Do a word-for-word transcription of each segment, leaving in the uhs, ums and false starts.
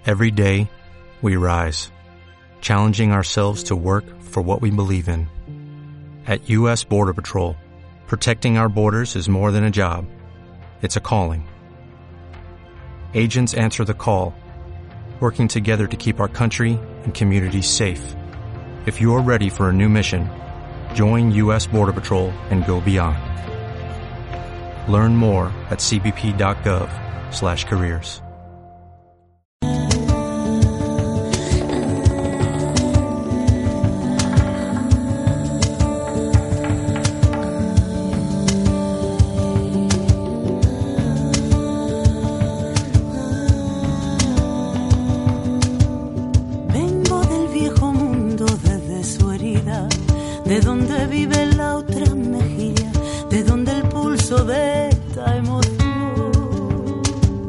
Every day, we rise, challenging ourselves to work for what we believe in. At U S Border Patrol, protecting our borders is more than a job. It's a calling. Agents answer the call, working together to keep our country and communities safe. If you are ready for a new mission, join U S Border Patrol and go beyond. Learn more at c b p dot gov slash careers. de donde vive la otra mejilla, de donde el pulso de esta emoción.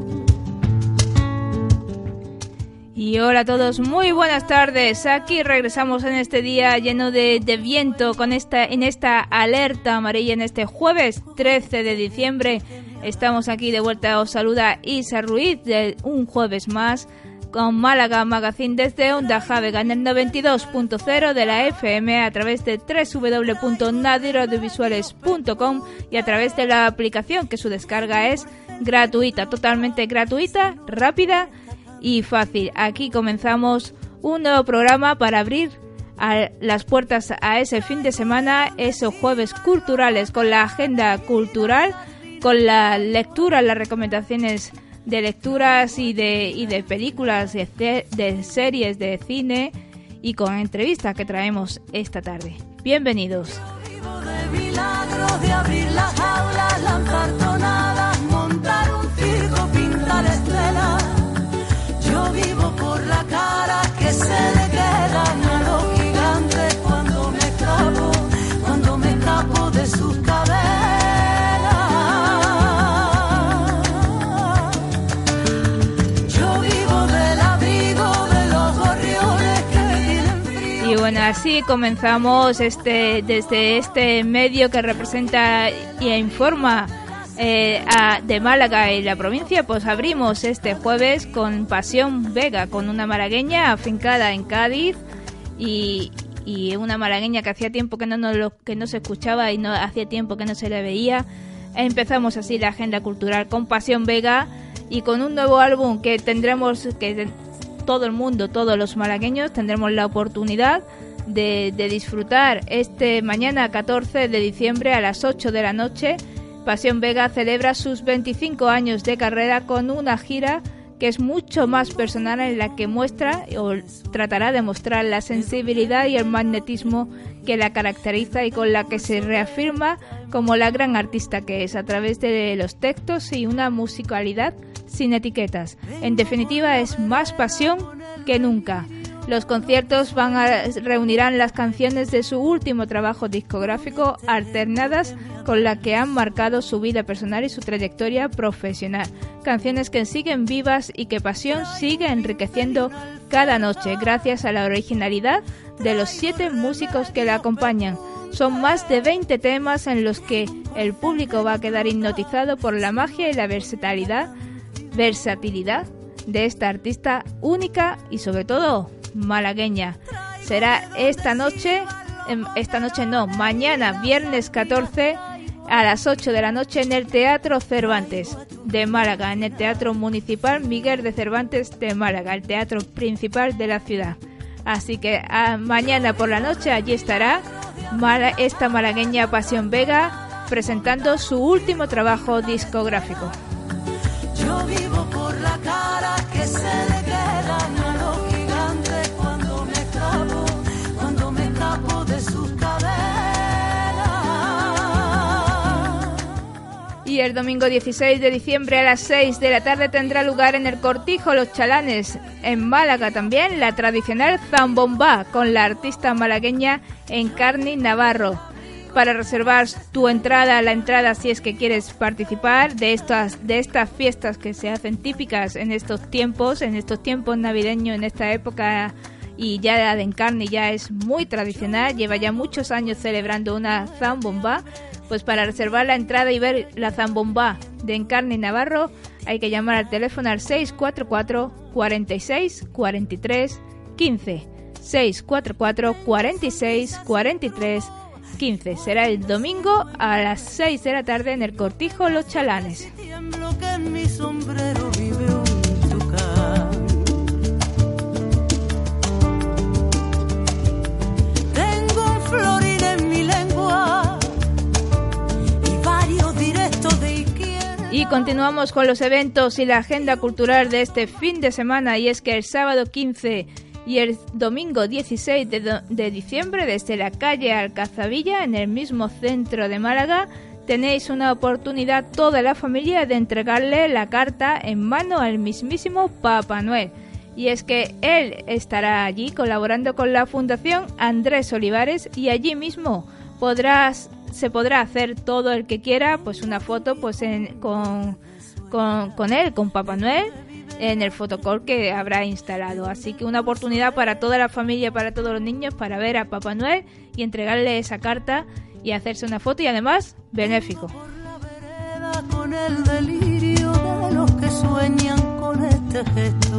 Y hola a todos, muy buenas tardes. Aquí regresamos en este día lleno de, de viento, con esta en esta alerta amarilla en este jueves trece de diciembre. Estamos aquí de vuelta, os saluda Isa Ruiz de un jueves más con Málaga Magazine desde Onda Javega en el noventa y dos punto cero de la F M a través de doble u doble u doble u punto nadir audiovisuales punto com y a través de la aplicación, que su descarga es gratuita, totalmente gratuita, rápida y fácil. Aquí comenzamos un nuevo programa para abrir a las puertas a ese fin de semana, esos jueves culturales, con la agenda cultural, con la lectura, las recomendaciones de lecturas y de y de películas, de, de series, de cine y con entrevistas que traemos esta tarde. Bienvenidos. Yo vivo de milagros, de abrir las aulas, lanzar tonadas, montar un circo, pintar estrellas. Yo vivo por la cara que se le quedan a los gigantes cuando me escapo, cuando me escapo de sus cadenas. Y bueno, así comenzamos este desde este medio que representa y informa eh, a, de Málaga y la provincia, pues abrimos este jueves con Pasión Vega, con una malagueña afincada en Cádiz y, y una malagueña que hacía tiempo que no, no lo, que no se escuchaba y no hacía tiempo que no se le veía. Empezamos así la agenda cultural con Pasión Vega y con un nuevo álbum que tendremos que todo el mundo, todos los malagueños tendremos la oportunidad de, de disfrutar este mañana catorce de diciembre a las ocho de la noche. Pasión Vega celebra sus veinticinco años de carrera con una gira que es mucho más personal, en la que muestra o tratará de mostrar la sensibilidad y el magnetismo que la caracteriza y con la que se reafirma como la gran artista que es, a través de los textos y una musicalidad sin etiquetas. En definitiva, es más pasión que nunca. Los conciertos van a, reunirán las canciones de su último trabajo discográfico, alternadas con las que han marcado su vida personal y su trayectoria profesional. Canciones que siguen vivas y que Pasión sigue enriqueciendo cada noche gracias a la originalidad de los siete músicos que la acompañan. Son más de veinte temas en los que el público va a quedar hipnotizado por la magia y la versatilidad, versatilidad de esta artista única y sobre todo malagueña. Será esta noche, esta noche no, mañana viernes catorce a las ocho de la noche en el Teatro Cervantes de Málaga, en el Teatro Municipal Miguel de Cervantes de Málaga, el teatro principal de la ciudad. Así que a, mañana por la noche allí estará Mala, esta malagueña Pasión Vega presentando su último trabajo discográfico. Yo vivo por la cara que se le quedan a los gigantes cuando me escapo, cuando me escapo de sus cadenas. Y el domingo dieciséis de diciembre a las seis de la tarde tendrá lugar en el Cortijo Los Chalanes, en Málaga también, la tradicional Zambombá con la artista malagueña Encarni Navarro. Para reservar tu entrada, la entrada si es que quieres participar de estas de estas fiestas que se hacen típicas en estos tiempos, en estos tiempos navideños, en esta época, y ya la de Encarni ya es muy tradicional, lleva ya muchos años celebrando una Zambombá. Pues para reservar la entrada y ver la Zambombá de Encarni Navarro, hay que llamar al teléfono al seis cuatro cuatro, cuarenta y seis, cuarenta y tres, quince. seis cuatro cuatro, cuarenta y seis, cuarenta y tres, quince. Será el domingo a las seis de la tarde en el Cortijo Los Chalanes. Y continuamos con los eventos y la agenda cultural de este fin de semana, y es que el sábado quince y el domingo dieciséis de, do- de diciembre, desde la calle Alcazabilla, en el mismo centro de Málaga, tenéis una oportunidad toda la familia de entregarle la carta en mano al mismísimo Papá Noel. Y es que él estará allí colaborando con la Fundación Andrés Olivares, y allí mismo podrás se podrá hacer todo el que quiera pues una foto pues en, con, con, con él, con Papá Noel, en el fotocall que habrá instalado. Así que una oportunidad para toda la familia, para todos los niños, para ver a Papá Noel y entregarle esa carta y hacerse una foto, y además benéfico. Con el delirio de los que sueñan con este gesto,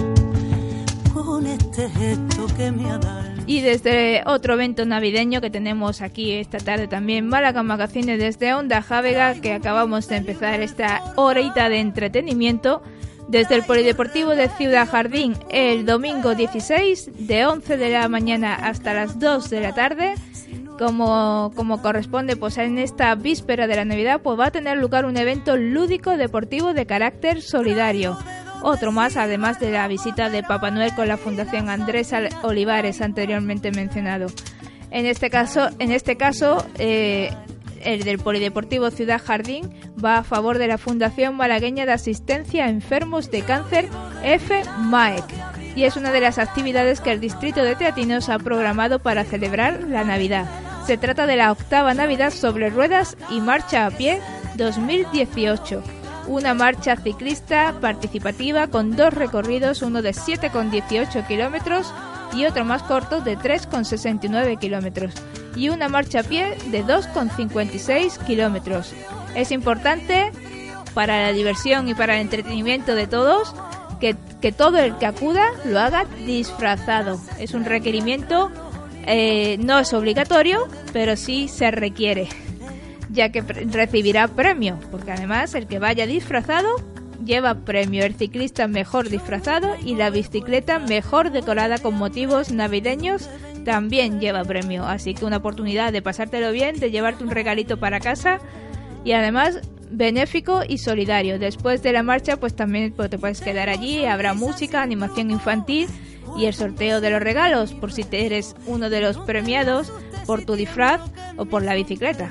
con este gesto que me ha dado. Y desde otro evento navideño que tenemos aquí esta tarde también, Málaga Magazine desde Onda Jávega, que acabamos de empezar esta horita de entretenimiento, desde el Polideportivo de Ciudad Jardín, el domingo dieciséis, de once de la mañana hasta las dos de la tarde, como, como corresponde pues en esta víspera de la Navidad, pues va a tener lugar un evento lúdico deportivo de carácter solidario. Otro más, además de la visita de Papá Noel con la Fundación Andrés Olivares anteriormente mencionado. En este caso, en este caso eh, el del Polideportivo Ciudad Jardín va a favor de la Fundación Malagueña de Asistencia a Enfermos de Cáncer, F M A E C, y es una de las actividades que el distrito de Teatinos ha programado para celebrar la Navidad. Se trata de la octava Navidad sobre ruedas y marcha a pie dos mil dieciocho. Una marcha ciclista participativa con dos recorridos, uno de siete coma dieciocho kilómetros y otro más corto de tres coma sesenta y nueve kilómetros, y una marcha a pie de dos coma cincuenta y seis kilómetros. Es importante para la diversión y para el entretenimiento de todos que, que todo el que acuda lo haga disfrazado. Es un requerimiento, eh, no es obligatorio, pero sí se requiere, ya que pre- recibirá premio, porque además el que vaya disfrazado lleva premio, el ciclista mejor disfrazado y la bicicleta mejor decorada con motivos navideños también lleva premio. Así que una oportunidad de pasártelo bien, de llevarte un regalito para casa, y además benéfico y solidario. Después de la marcha pues también pues, te puedes quedar allí, habrá música, animación infantil y el sorteo de los regalos, por si te eres uno de los premiados por tu disfraz o por la bicicleta.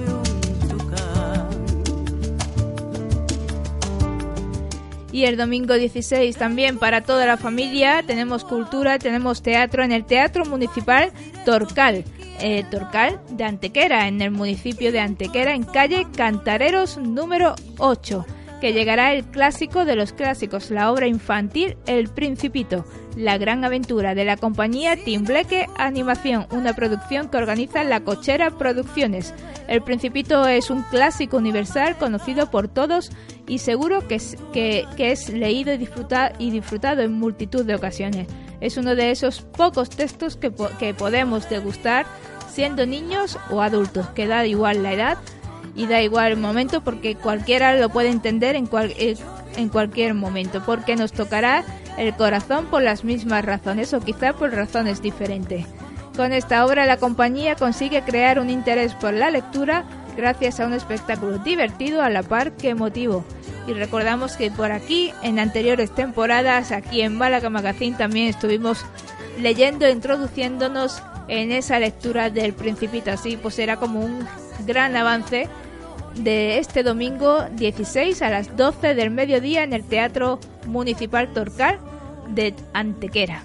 Y el domingo dieciséis también para toda la familia tenemos cultura, tenemos teatro en el Teatro Municipal Torcal, eh, Torcal de Antequera, en el municipio de Antequera, en calle Cantareros número ocho, que llegará el clásico de los clásicos, la obra infantil El Principito, la gran aventura, de la compañía Timbleque Animación, una producción que organiza La Cochera Producciones. El Principito es un clásico universal conocido por todos y seguro que es, que, que es leído y, disfruta, y disfrutado en multitud de ocasiones. Es uno de esos pocos textos que, po- que podemos degustar siendo niños o adultos, que da igual la edad y da igual el momento, porque cualquiera lo puede entender en, cual, en cualquier momento, porque nos tocará el corazón por las mismas razones o quizá por razones diferentes. Con esta obra la compañía consigue crear un interés por la lectura gracias a un espectáculo divertido a la par que emotivo. Y recordamos que por aquí, en anteriores temporadas, aquí en Málaga Magazine también estuvimos leyendo, introduciéndonos en esa lectura del Principito. Así pues será como un gran avance de este domingo dieciséis a las doce del mediodía en el Teatro Municipal Torcal de Antequera.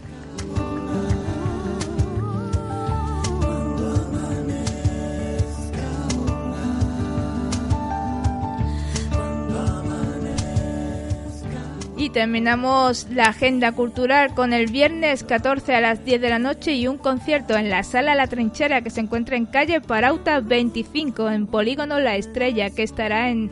Y terminamos la agenda cultural con el viernes catorce a las diez de la noche y un concierto en la Sala La Trinchera, que se encuentra en calle Parauta veinticinco, en Polígono La Estrella, que estará en,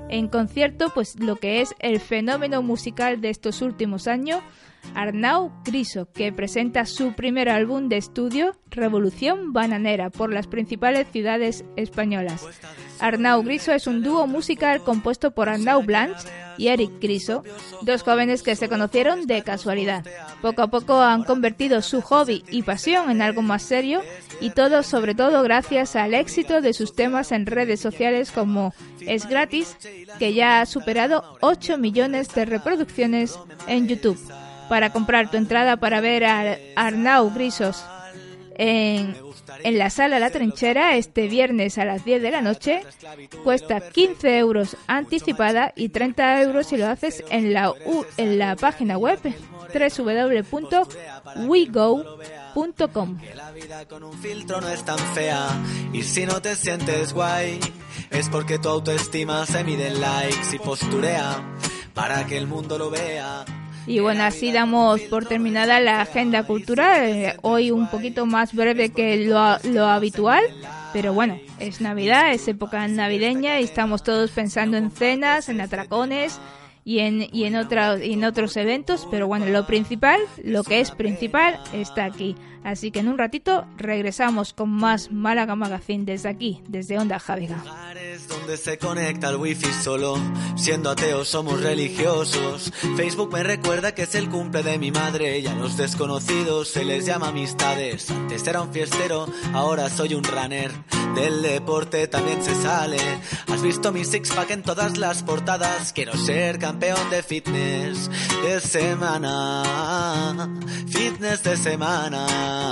en concierto pues lo que es el fenómeno musical de estos últimos años, Arnau Griso, que presenta su primer álbum de estudio, Revolución Bananera, por las principales ciudades españolas. Arnau Griso es un dúo musical compuesto por Arnau Blanch y Eric Griso, dos jóvenes que se conocieron de casualidad. Poco a poco han convertido su hobby y pasión en algo más serio, y todo sobre todo gracias al éxito de sus temas en redes sociales como Es Gratis, que ya ha superado ocho millones de reproducciones en YouTube. Para comprar tu entrada para ver a Arnau Grisos en, en la Sala La Trinchera este viernes a las diez de la noche, cuesta quince euros anticipada y treinta euros si lo haces en la, U, en la página web doble u doble u doble u punto we go punto com. Que la vida con un filtro no es tan fea, y si no te sientes guay es porque tu autoestima se mide en likes y posturea para que el mundo lo vea. Y bueno, así damos por terminada la agenda cultural, eh, hoy un poquito más breve que lo, lo habitual, pero bueno, es Navidad, es época navideña y estamos todos pensando en cenas, en atracones y en, y en, otra, y en otros eventos, pero bueno, lo principal, lo que es principal, está aquí. Así que en un ratito regresamos con más Málaga Magazine desde aquí, desde Onda Jáviga. Donde se conecta el wifi solo, siendo ateos somos religiosos. Facebook me recuerda que es el cumple de mi madre y a los desconocidos se les llama amistades. Antes era un fiestero, ahora soy un runner. Del deporte también se sale. Has visto mi six pack en todas las portadas. Quiero ser campeón de fitness de semana. Fitness de semana.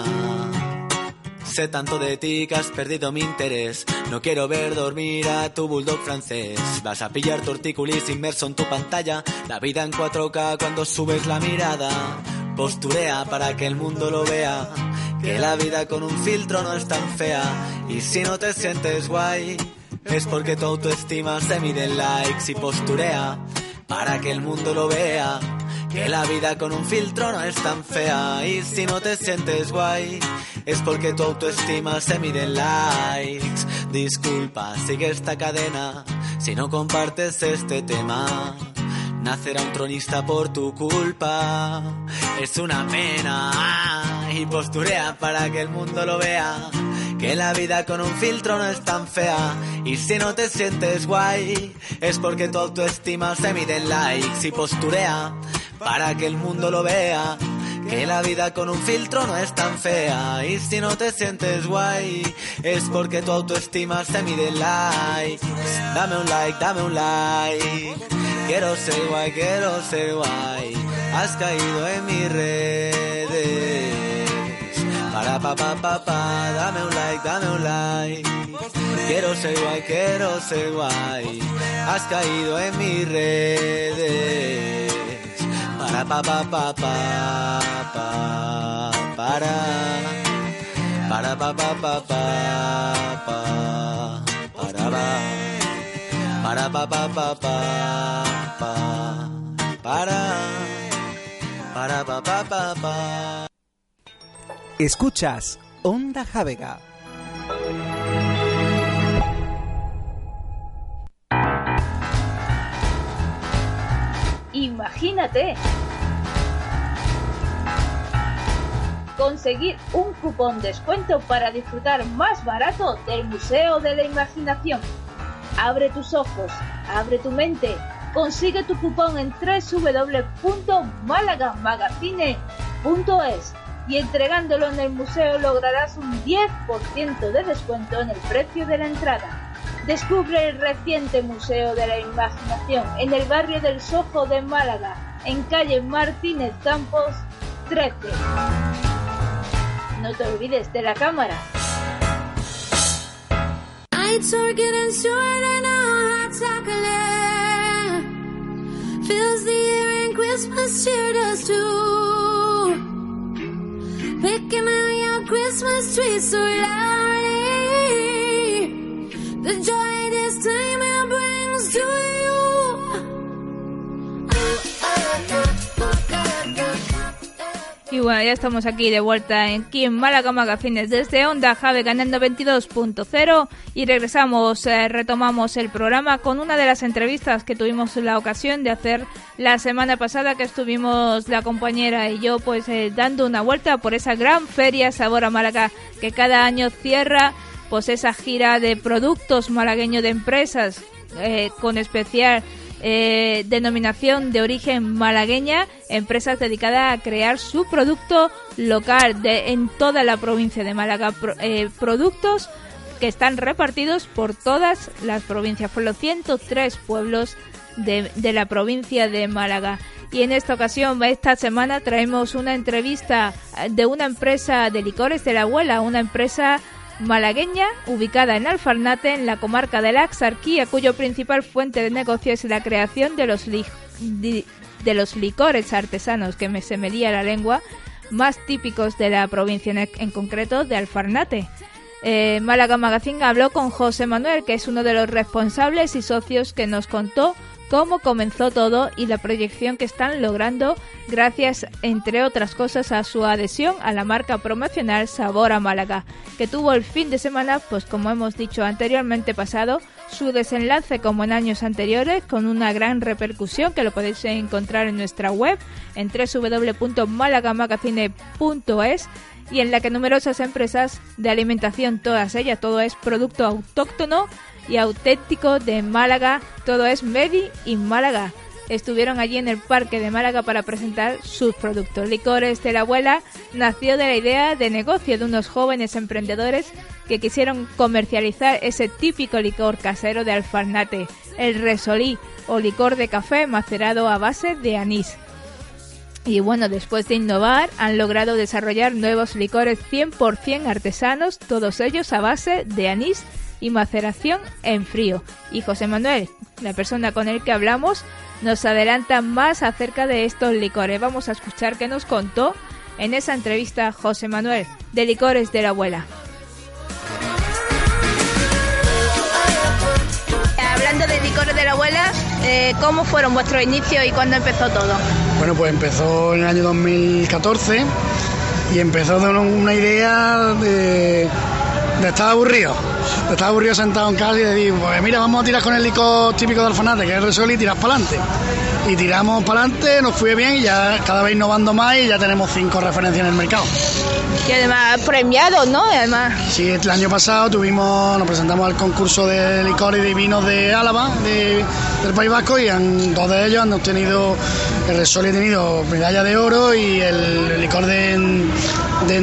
Sé tanto de ti que has perdido mi interés. No quiero ver dormir a tu bulldog francés. Vas a pillar tortícolis inmerso en tu pantalla. La vida en cuatro K cuando subes la mirada. Posturea para que el mundo lo vea. Que la vida con un filtro no es tan fea. Y si no te sientes guay es porque tu autoestima se mide en likes y posturea para que el mundo lo vea. Que la vida con un filtro no es tan fea. Y si no te sientes guay es porque tu autoestima se mide en likes. Disculpa, sigue esta cadena si no compartes este tema. Nacerá un tronista por tu culpa. Es una pena. Y posturea para que el mundo lo vea. Que la vida con un filtro no es tan fea. Y si no te sientes guay es porque tu autoestima se mide en likes. Y posturea para que el mundo lo vea. Que la vida con un filtro no es tan fea. Y si no te sientes guay es porque tu autoestima se mide en likes. Dame un like, dame un like. Quiero ser guay, quiero ser guay. Has caído en mis redes. Para pa pa pa pa. Dame un like, dame un like. Quiero ser guay, quiero ser guay. Has caído en mis redes. Para pa pa pa pa pa para para pa pa pa pa pa para para pa pa pa pa pa para para pa pa pa pa. Escuchas Onda Jáviga. Imagínate conseguir un cupón descuento para disfrutar más barato del Museo de la Imaginación. Abre tus ojos, abre tu mente, consigue tu cupón en doble u doble u doble u punto málaga magazine punto es y entregándolo en el museo lograrás un diez por ciento de descuento en el precio de la entrada. Descubre el reciente Museo de la Imaginación en el barrio del Sojo de Málaga, en calle Martínez Campos trece. No te olvides de la cámara. The joy this time it brings to you. Y bueno, ya estamos aquí de vuelta en, aquí en Málaga Magazines desde Onda Jave Canal noventa y dos punto cero y regresamos, eh, retomamos el programa con una de las entrevistas que tuvimos la ocasión de hacer la semana pasada, que estuvimos la compañera y yo pues eh, dando una vuelta por esa gran feria Sabor a Málaga que cada año cierra pues esa gira de productos malagueños de empresas eh, con especial Eh, denominación de origen malagueña, empresas dedicadas a crear su producto local de, en toda la provincia de Málaga, pro, eh, productos que están repartidos por todas las provincias, por los ciento tres pueblos de, de la provincia de Málaga. Y en esta ocasión, esta semana, traemos una entrevista de una empresa de licores de la abuela, una empresa malagueña ubicada en Alfarnate, en la comarca de la Axarquía, cuyo principal fuente de negocio es la creación de los, li de los licores artesanos, que me se me lía la lengua, más típicos de la provincia, en, en concreto de Alfarnate. Eh, Málaga Magazine habló con José Manuel, que es uno de los responsables y socios, que nos contó cómo comenzó todo y la proyección que están logrando gracias, entre otras cosas, a su adhesión a la marca promocional Sabor a Málaga, que tuvo el fin de semana, pues como hemos dicho anteriormente pasado, su desenlace como en años anteriores, con una gran repercusión que lo podéis encontrar en nuestra web en doble u doble u doble u punto málaga magazine punto es, y en la que numerosas empresas de alimentación, todas ellas, todo es producto autóctono y auténtico de Málaga, todo es Made in Málaga, estuvieron allí en el Parque de Málaga para presentar sus productos. Licores de la Abuela nació de la idea de negocio de unos jóvenes emprendedores que quisieron comercializar ese típico licor casero de Alfarnate, el resolí, o licor de café macerado a base de anís. Y bueno, después de innovar, han logrado desarrollar nuevos licores cien por ciento artesanos, todos ellos a base de anís y maceración en frío. Y José Manuel, la persona con el que hablamos, nos adelanta más acerca de estos licores. Vamos a escuchar qué nos contó en esa entrevista José Manuel de Licores de la Abuela. Hablando de Licores de la Abuela, eh, ¿cómo fueron vuestros inicios y cuándo empezó todo? Bueno, pues empezó en el año dos mil catorce y empezó de una idea de, de estar aburrido. De estar aburrido sentado en casa y de decir, pues mira, vamos a tirar con el licor típico de Alfarnate, que es el Resolí, y tirar para adelante. Y tiramos para adelante, nos fue bien y ya cada vez innovando más y ya tenemos cinco referencias en el mercado. Y además premiados, ¿no? Además. Sí, el año pasado tuvimos, nos presentamos al concurso de licores y de vinos de Álava, de, del País Vasco, y han, dos de ellos han obtenido, el Resolí ha tenido medalla de oro y el, el licor de, de,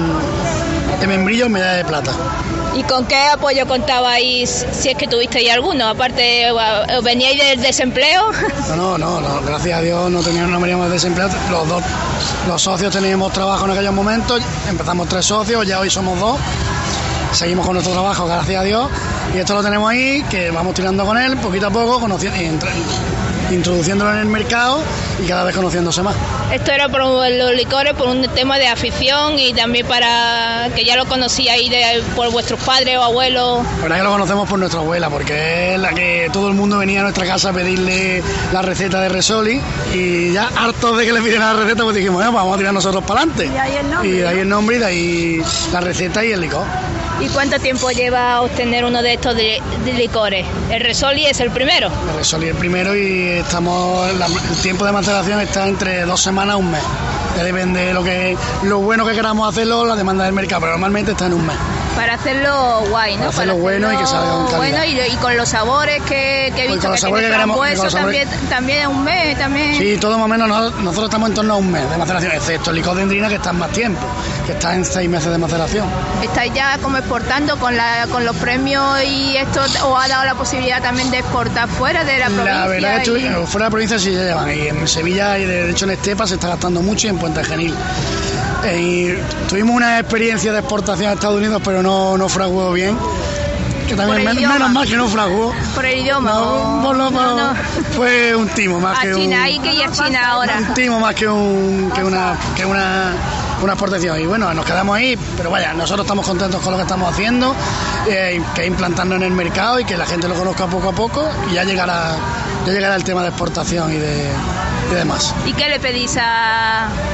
de membrillo medalla de plata. ¿Y con qué apoyo contabais, si es que tuvisteis alguno? Aparte, ¿veníais del desempleo? No, no, no, gracias a Dios no teníamos, no veníamos de desempleo. Los dos, los socios teníamos trabajo en aquellos momentos, empezamos tres socios, ya hoy somos dos. Seguimos con nuestro trabajo, gracias a Dios, y esto lo tenemos ahí, que vamos tirando con él, poquito a poco, conociendo, introduciéndolo en el mercado y cada vez conociéndose más. Esto era por los licores, por un tema de afición y también para que ya lo conocíais de, por vuestros padres o abuelos. La verdad que lo conocemos por nuestra abuela, porque es la que todo el mundo venía a nuestra casa a pedirle la receta de Resolí, y ya hartos de que le pidieran la receta, pues dijimos, bueno, vamos a tirar nosotros para adelante. Y ahí el nombre. Y de ahí el nombre, y de ahí la receta y el licor. ¿Y cuánto tiempo lleva a obtener uno de estos de, de licores? El Resolí es el primero. El Resolí es el primero y estamos, la, el tiempo de maceración está entre dos semanas a un mes. Ya depende de lo que lo bueno que queramos hacerlo, la demanda del mercado, pero normalmente está en un mes. Para hacerlo guay, ¿no? Para hacerlo Para bueno hacerlo y que salga con calidad. Bueno, y, y con los sabores que, que he visto que tiene frambuesa, también, también es un mes, también. Sí, todo más o menos, nosotros estamos en torno a un mes de maceración, excepto el licor de endrina, que está en más tiempo, que está en seis meses de maceración. ¿Estáis ya como exportando con la con los premios y esto, o ha dado la posibilidad también de exportar fuera de la provincia? La verdad es que y... fuera de la provincia sí ya llevan, y en Sevilla y de hecho en Estepa se está gastando mucho, y en Puente Genil. Eh, tuvimos una experiencia de exportación a Estados Unidos, pero no, no fraguó bien. Que también men, menos mal que no fraguó. ¿Por el idioma? No, por lo, no, no. Fue un timo más a que China, un... hay que ir a China ahora. Un timo más que, un, que, una, que una, una exportación. Y bueno, nos quedamos ahí, pero vaya, nosotros estamos contentos con lo que estamos haciendo, eh, que implantando en el mercado y que la gente lo conozca poco a poco, y ya llegará, ya llegará el tema de exportación y de... y demás. ¿Y qué le pedís a, a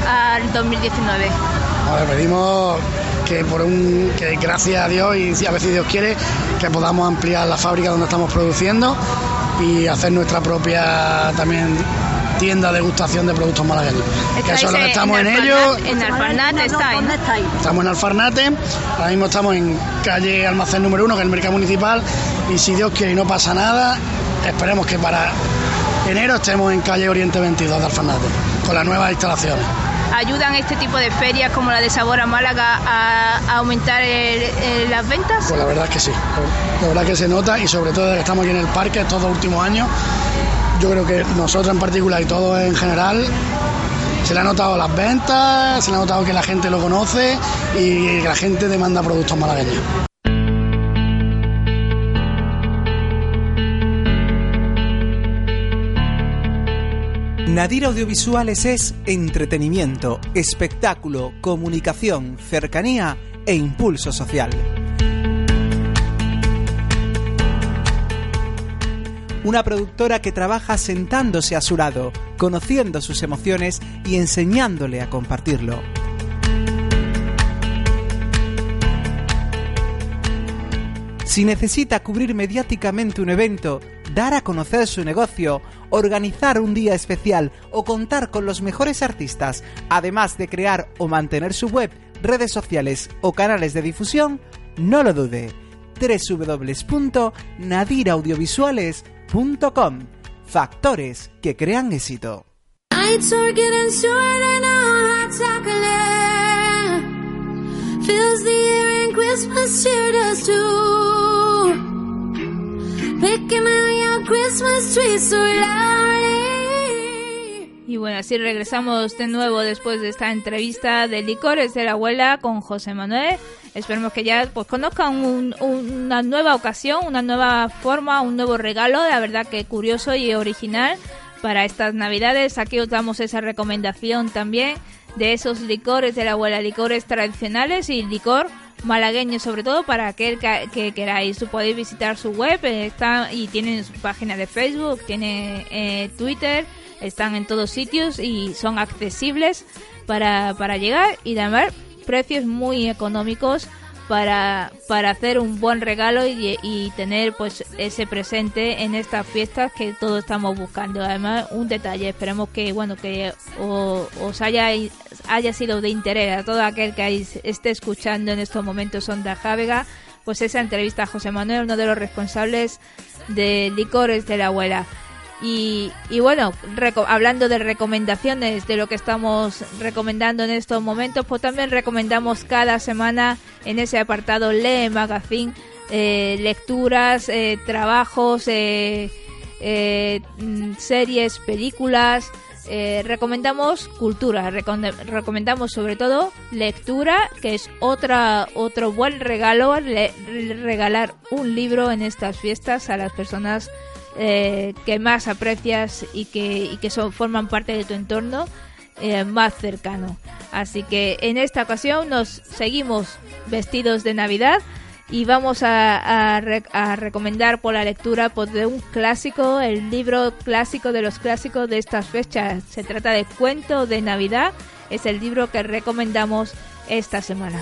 dos mil diecinueve? A ver, pedimos que por un que gracias a Dios y a ver si Dios quiere que podamos ampliar la fábrica donde estamos produciendo y hacer nuestra propia también tienda de degustación de productos malagueños. Que eso es lo que estamos en, en ello. En Alfarnate estáis, ¿no? Estamos en Alfarnate, ahora mismo estamos en calle Almacén número uno, que es el mercado municipal, y si Dios quiere y no pasa nada, esperemos que para enero estemos en calle Oriente veintidós de Alfarnate, con las nuevas instalaciones. ¿Ayudan este tipo de ferias como la de Sabor a Málaga a, a aumentar el, el, las ventas? Pues la verdad es que sí, la verdad es que se nota, y sobre todo desde que estamos aquí en el parque estos dos últimos años, yo creo que nosotros en particular y todos en general, se le ha notado las ventas, se le ha notado que la gente lo conoce y que la gente demanda productos malagueños. Nadir Audiovisuales es entretenimiento, espectáculo, comunicación, cercanía e impulso social. Una productora que trabaja sentándose a su lado, conociendo sus emociones y enseñándole a compartirlo. Si necesita cubrir mediáticamente un evento, dar a conocer su negocio, organizar un día especial o contar con los mejores artistas, además de crear o mantener su web, redes sociales o canales de difusión, no lo dude. doble u doble u doble u punto nadir audiovisuales punto com. Factores que crean éxito. Y bueno, así regresamos de nuevo después de esta entrevista de Licores de la Abuela con José Manuel. Esperemos que ya pues conozcan un, un, una nueva ocasión, una nueva forma, un nuevo regalo, la verdad que curioso y original para estas Navidades. Aquí os damos esa recomendación también de esos licores de la abuela, licores tradicionales y licor malagueño, sobre todo para aquel que, que queráis. Podéis visitar su web, eh, está, y tienen su página de Facebook, tiene eh, Twitter, están en todos sitios y son accesibles para, para llegar, y además precios muy económicos para, para hacer un buen regalo y, y tener pues ese presente en estas fiestas que todos estamos buscando. Además, un detalle, esperemos que bueno que o, os haya haya sido de interés a todo aquel que hay, esté escuchando en estos momentos Onda Jávega, pues esa entrevista a José Manuel, uno de los responsables de Licores de la Abuela. Y, y bueno, reco- hablando de recomendaciones, de lo que estamos recomendando en estos momentos, pues también recomendamos cada semana en ese apartado Lee Magazine eh, lecturas, eh, trabajos, eh, eh, series, películas. Eh, recomendamos cultura, recom- recomendamos sobre todo lectura, que es otra otro buen regalo, le- regalar un libro en estas fiestas a las personas Eh, que más aprecias y que, y que son, forman parte de tu entorno eh, más cercano. Así que en esta ocasión nos seguimos vestidos de Navidad y vamos a, a, re, a recomendar por la lectura pues, de un clásico, el libro clásico de los clásicos de estas fechas. Se trata de Cuento de Navidad, es el libro que recomendamos esta semana.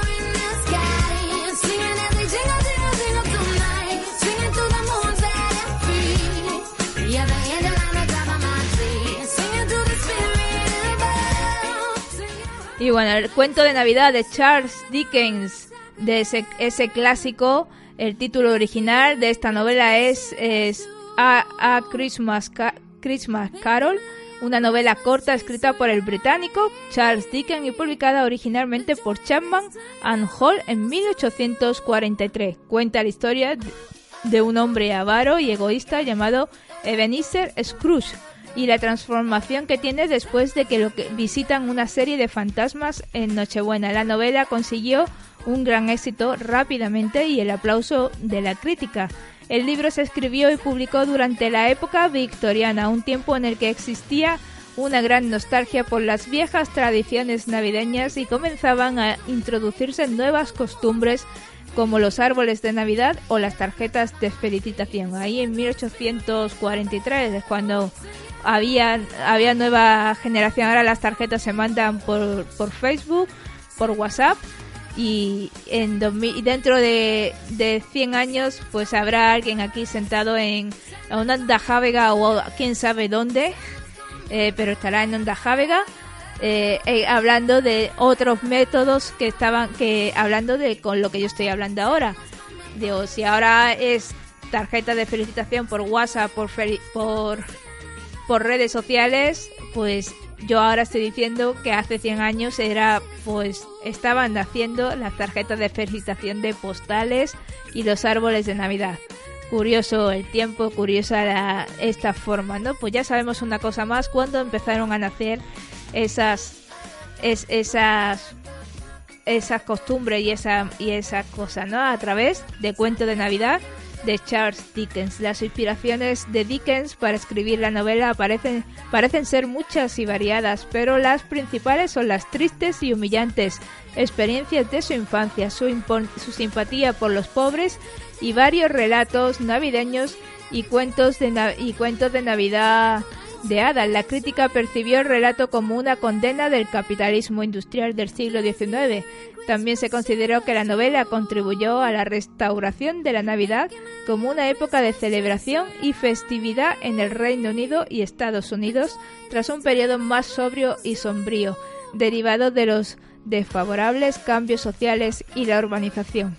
Y bueno, el Cuento de Navidad de Charles Dickens, de ese, ese clásico, el título original de esta novela es, es A, A Christmas, Ca- Christmas Carol, una novela corta escrita por el británico Charles Dickens y publicada originalmente por Chapman and Hall en mil ochocientos cuarenta y tres. Cuenta la historia de un hombre avaro y egoísta llamado Ebenezer Scrooge y la transformación que tiene después de que lo que visitan una serie de fantasmas en Nochebuena. La novela consiguió un gran éxito rápidamente y el aplauso de la crítica. El libro se escribió y publicó durante la época victoriana, un tiempo en el que existía una gran nostalgia por las viejas tradiciones navideñas y comenzaban a introducirse nuevas costumbres como los árboles de Navidad o las tarjetas de felicitación. Ahí en mil ochocientos cuarenta y tres es cuando había, había nueva generación. Ahora las tarjetas se mandan por, por Facebook, por WhatsApp, y en dos mil, dentro de, de cien años pues habrá alguien aquí sentado en, en una Ondajávega o quién sabe dónde, eh, pero estará en Ondajávega. Eh, eh, hablando de otros métodos que estaban que hablando de con lo que yo estoy hablando ahora. Digo, si ahora es tarjeta de felicitación por WhatsApp, por feli- por por redes sociales, pues yo ahora estoy diciendo que hace cien años era pues estaban haciendo las tarjetas de felicitación de postales y los árboles de Navidad. Curioso el tiempo, curiosa la, esta forma, ¿no? Pues ya sabemos una cosa más, cuando empezaron a nacer esas es, esas esas costumbres y esa y esas cosas, ¿no? A través de Cuentos de Navidad de Charles Dickens. Las inspiraciones de Dickens para escribir la novela aparecen parecen ser muchas y variadas, pero las principales son las tristes y humillantes experiencias de su infancia, su, impo- su simpatía por los pobres y varios relatos navideños y cuentos de na- y cuentos de Navidad de hadas. La crítica percibió el relato como una condena del capitalismo industrial del siglo diecinueve. También se consideró que la novela contribuyó a la restauración de la Navidad como una época de celebración y festividad en el Reino Unido y Estados Unidos, tras un periodo más sobrio y sombrío, derivado de los desfavorables cambios sociales y la urbanización.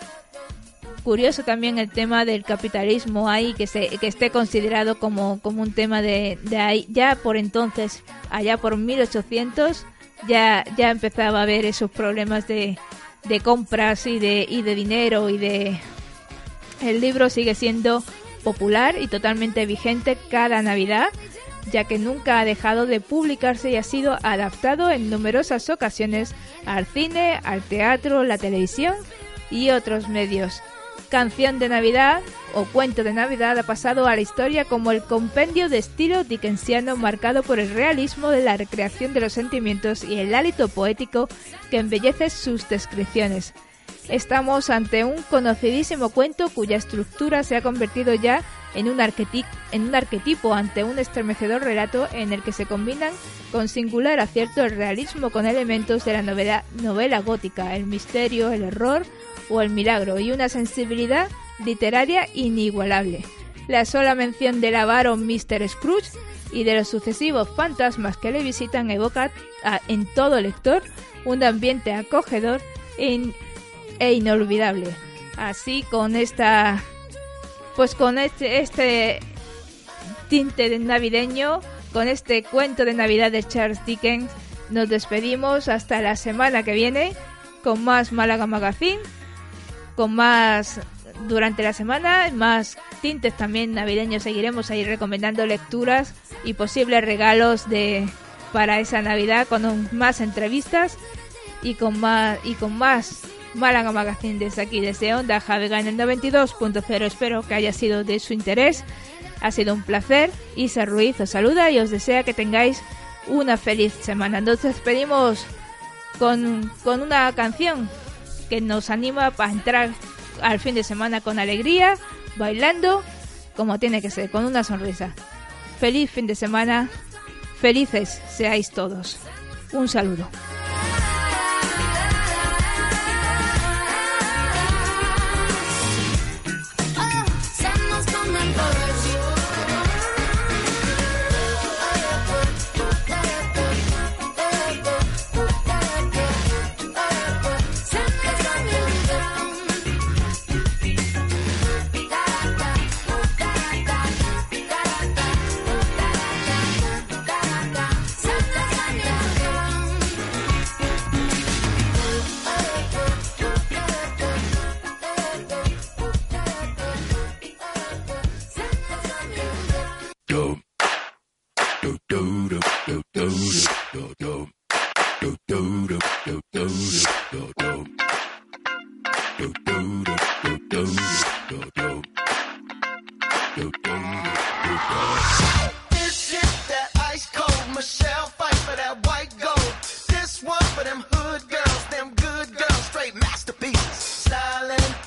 Curioso también el tema del capitalismo ahí, que se que esté considerado como, como un tema de, de ahí. Ya por entonces, allá por mil ochocientos, ya ya empezaba a haber esos problemas de, de compras y de y de dinero y de... El libro sigue siendo popular y totalmente vigente cada Navidad, ya que nunca ha dejado de publicarse y ha sido adaptado en numerosas ocasiones al cine, al teatro, la televisión y otros medios. Canción de Navidad o Cuento de Navidad ha pasado a la historia como el compendio de estilo dickensiano marcado por el realismo de la recreación de los sentimientos y el hálito poético que embellece sus descripciones. Estamos ante un conocidísimo cuento cuya estructura se ha convertido ya en un, arqueti- en un arquetipo ante un estremecedor relato en el que se combinan con singular acierto el realismo con elementos de la novela, novela gótica, el misterio, el error o el milagro y una sensibilidad literaria inigualable. La sola mención del avaro míster Scrooge y de los sucesivos fantasmas que le visitan evoca a, en todo lector un ambiente acogedor e, in, e inolvidable. Así con esta pues con este este tinte de navideño, con este cuento de Navidad de Charles Dickens, nos despedimos hasta la semana que viene con más Málaga Magazine, con más durante la semana, más tintes también navideños. Seguiremos ahí recomendando lecturas y posibles regalos de para esa Navidad, con un, más entrevistas y con más y con más Málaga Magazine desde aquí, desde Ondajávega en el noventa y dos punto cero. Espero que haya sido de su interés. Ha sido un placer. Isa Ruiz os saluda y os desea que tengáis una feliz semana. Nos despedimos con, con una canción que nos anima para entrar al fin de semana con alegría, bailando como tiene que ser, con una sonrisa. Feliz fin de semana, felices seáis todos. Un saludo. This shit that ice cold, Michelle fight for that white gold. This one for them hood girls, them good girls, straight masterpieces. Stylin',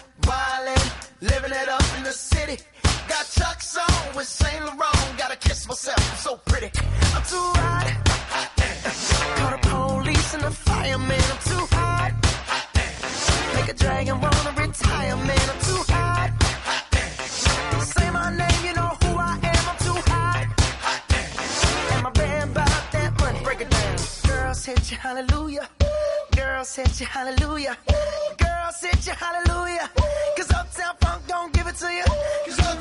a fireman, I'm too hot. Make a dragon wanna retire, man, I'm too hot. Say my name, you know who I am, I'm too hot. And my band bought that money, break it down. Girls hit you, hallelujah. Girls hit you, hallelujah. Girls hit you, hallelujah. Cause Uptown Funk don't give it to you. Cause